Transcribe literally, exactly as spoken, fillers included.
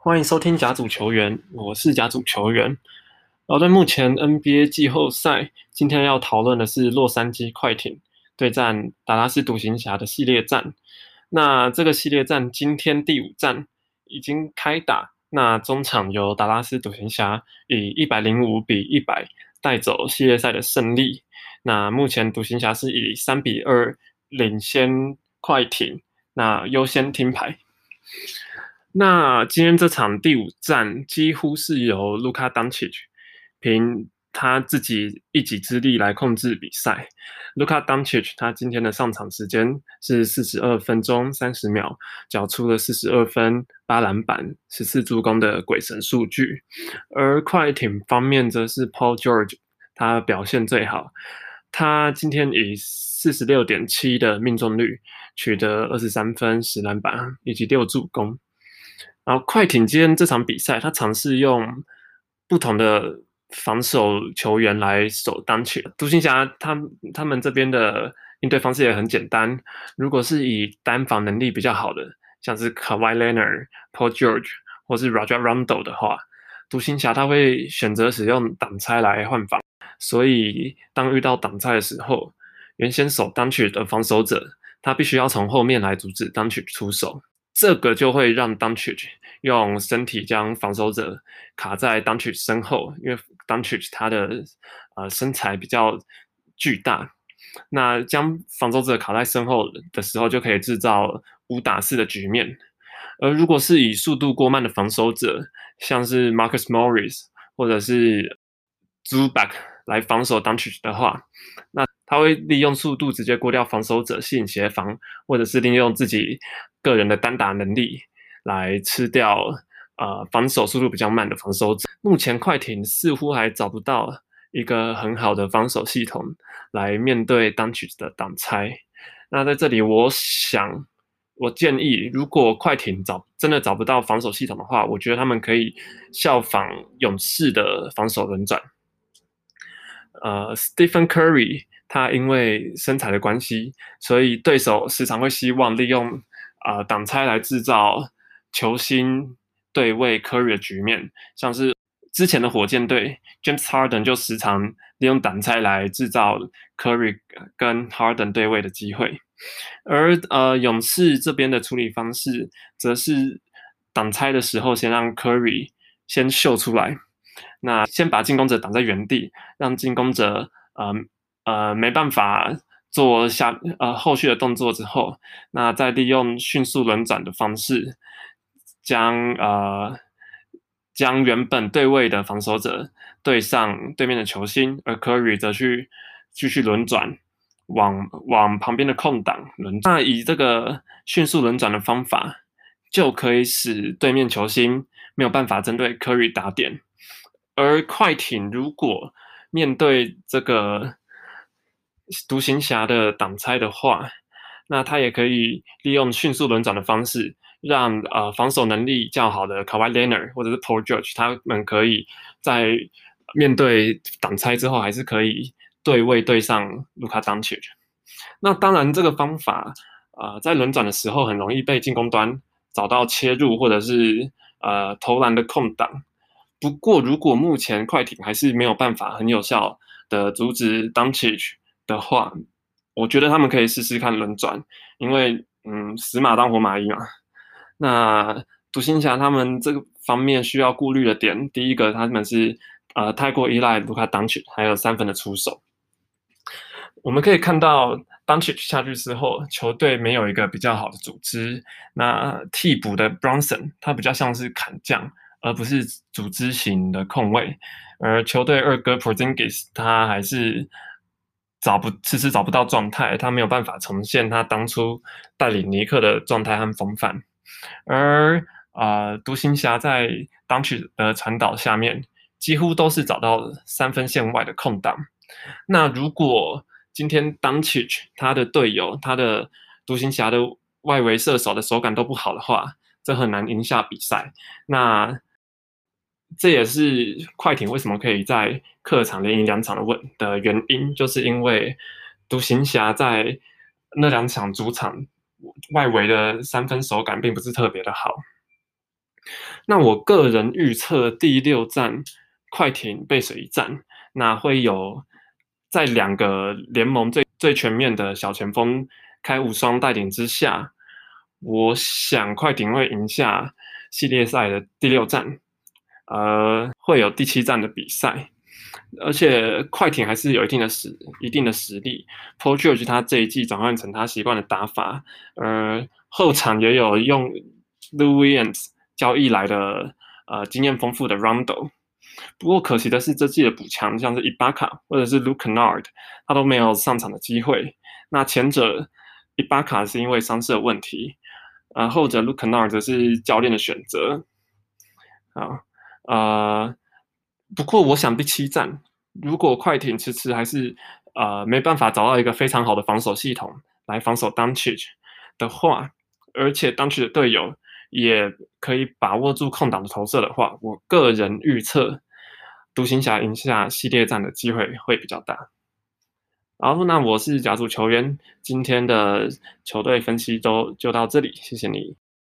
欢迎收听甲组球员，我是甲组球员。然后在目前 N B A 季后赛，今天要讨论的是洛杉矶快艇对战达拉斯独行侠的系列战。那这个系列战今天第五战已经开打，那中场由达拉斯独行侠以一百零五比一百带走系列赛的胜利。那目前独行侠是以三比二领先快艇，那优先听牌。那今天这场第五战几乎是由卢卡·当奇凭他自己一己之力来控制比赛。卢卡·当奇他今天的上场时间是四十二分钟三十秒，缴出了四十二分、八篮板、十四助攻的鬼神数据。而快艇方面则是 Paul George， 他表现最好。他今天以 四十六点七 的命中率取得二十三分、十篮板以及六助攻。然后快艇今天这场比赛，他尝试用不同的防守球员来守当球。独行侠他他们这边的应对方式也很简单，如果是以单防能力比较好的，像是 Kawhi Leonard、Paul George 或是 Rajon Rondo 的话，独行侠他会选择使用挡拆来换防。所以当遇到挡拆的时候，原先守当曲的防守者，他必须要从后面来阻止当曲出手。这个就会让当曲用身体将防守者卡在当曲身后，因为当曲他的呃身材比较巨大，那将防守者卡在身后的时候，就可以制造五打四的局面。而如果是以速度过慢的防守者，像是 Marcus Morris 或者是 Zubac 来防守当曲的话，那他会利用速度直接过掉防守者，吸引协防，或者是利用自己个人的单打能力来吃掉呃防守速度比较慢的防守者。目前快艇似乎还找不到一个很好的防守系统来面对当曲的挡拆。那在这里，我想，我建议，如果快艇找真的找不到防守系统的话，我觉得他们可以效仿勇士的防守轮转。呃 ，Stephen Curry 他因为身材的关系，所以对手时常会希望利用呃挡拆来制造球星对位 Curry 的局面，像是之前的火箭队 James Harden 就时常利用挡拆来制造 Curry 跟 Harden 对位的机会，而呃勇士这边的处理方式则是挡拆的时候先让 Curry 先秀出来。那先把进攻者挡在原地，让进攻者呃呃没办法做下呃后续的动作之后，那再利用迅速轮转的方式，将呃将原本对位的防守者对上对面的球星，而 Curry 则去继续轮转，往往旁边的空档轮转。那以这个迅速轮转的方法，就可以使对面球星没有办法针对 Curry 打点。而快艇如果面对这个独行侠的挡拆的话，那他也可以利用迅速轮转的方式，让呃防守能力较好的 Kawhi Leonard 或者是 Paul George， 他们可以在面对挡拆之后，还是可以对位对上卢卡·当奇。那当然，这个方法呃在轮转的时候很容易被进攻端找到切入或者是呃投篮的空档。不过，如果目前快艇还是没有办法很有效的阻止 Doncic 的话，我觉得他们可以试试看轮转，因为嗯，死马当活马医嘛。那独行侠他们这个方面需要顾虑的点，第一个他们是呃太过依赖卢卡 Doncic 还有三分的出手。我们可以看到 Doncic 下去之后，球队没有一个比较好的组织。那替补的 Bronson 他比较像是砍将，而不是组织型的控卫，而球队二哥 Porzingis 他还是找不迟迟找不到状态，他没有办法重现他当初带领尼克的状态和风范。而呃，独行侠在当曲的传导下面，几乎都是找到三分线外的空档。那如果今天 Doncic 他的队友，他的独行侠的外围射手的手感都不好的话，这很难赢下比赛。那这也是快艇为什么可以在客场连赢两场的问的原因，就是因为独行侠在那两场主场外围的三分手感并不是特别的好。 那我个人预测第六战快艇背水一战，那会有在两个联盟最最全面的小前锋开无双带领之下，我想快艇会赢下系列赛的第六战，呃，会有第七战的比赛。而且快艇还是有一定的实一定的实力。Paul George 他这一季转换成他习惯的打法，呃，后场也有用 Lou Williams 交易来的呃经验丰富的 Rondo。不过可惜的是，这季的补强像是 Ibaka 或者是 Luke Kennard，他都没有上场的机会。那前者 Ibaka 是因为伤势的问题，呃，后者 Luke Kennard 则是教练的选择。啊，呃，不过我想第七战，如果快艇迟迟还是呃没办法找到一个非常好的防守系统来防守 Doncic 的话，而且 Doncic 的队友也可以把握住空档的投射的话，我个人预测独行侠赢下系列战的机会会比较大。好，那我是甲组球员，今天的球队分析都就到这里，谢谢你。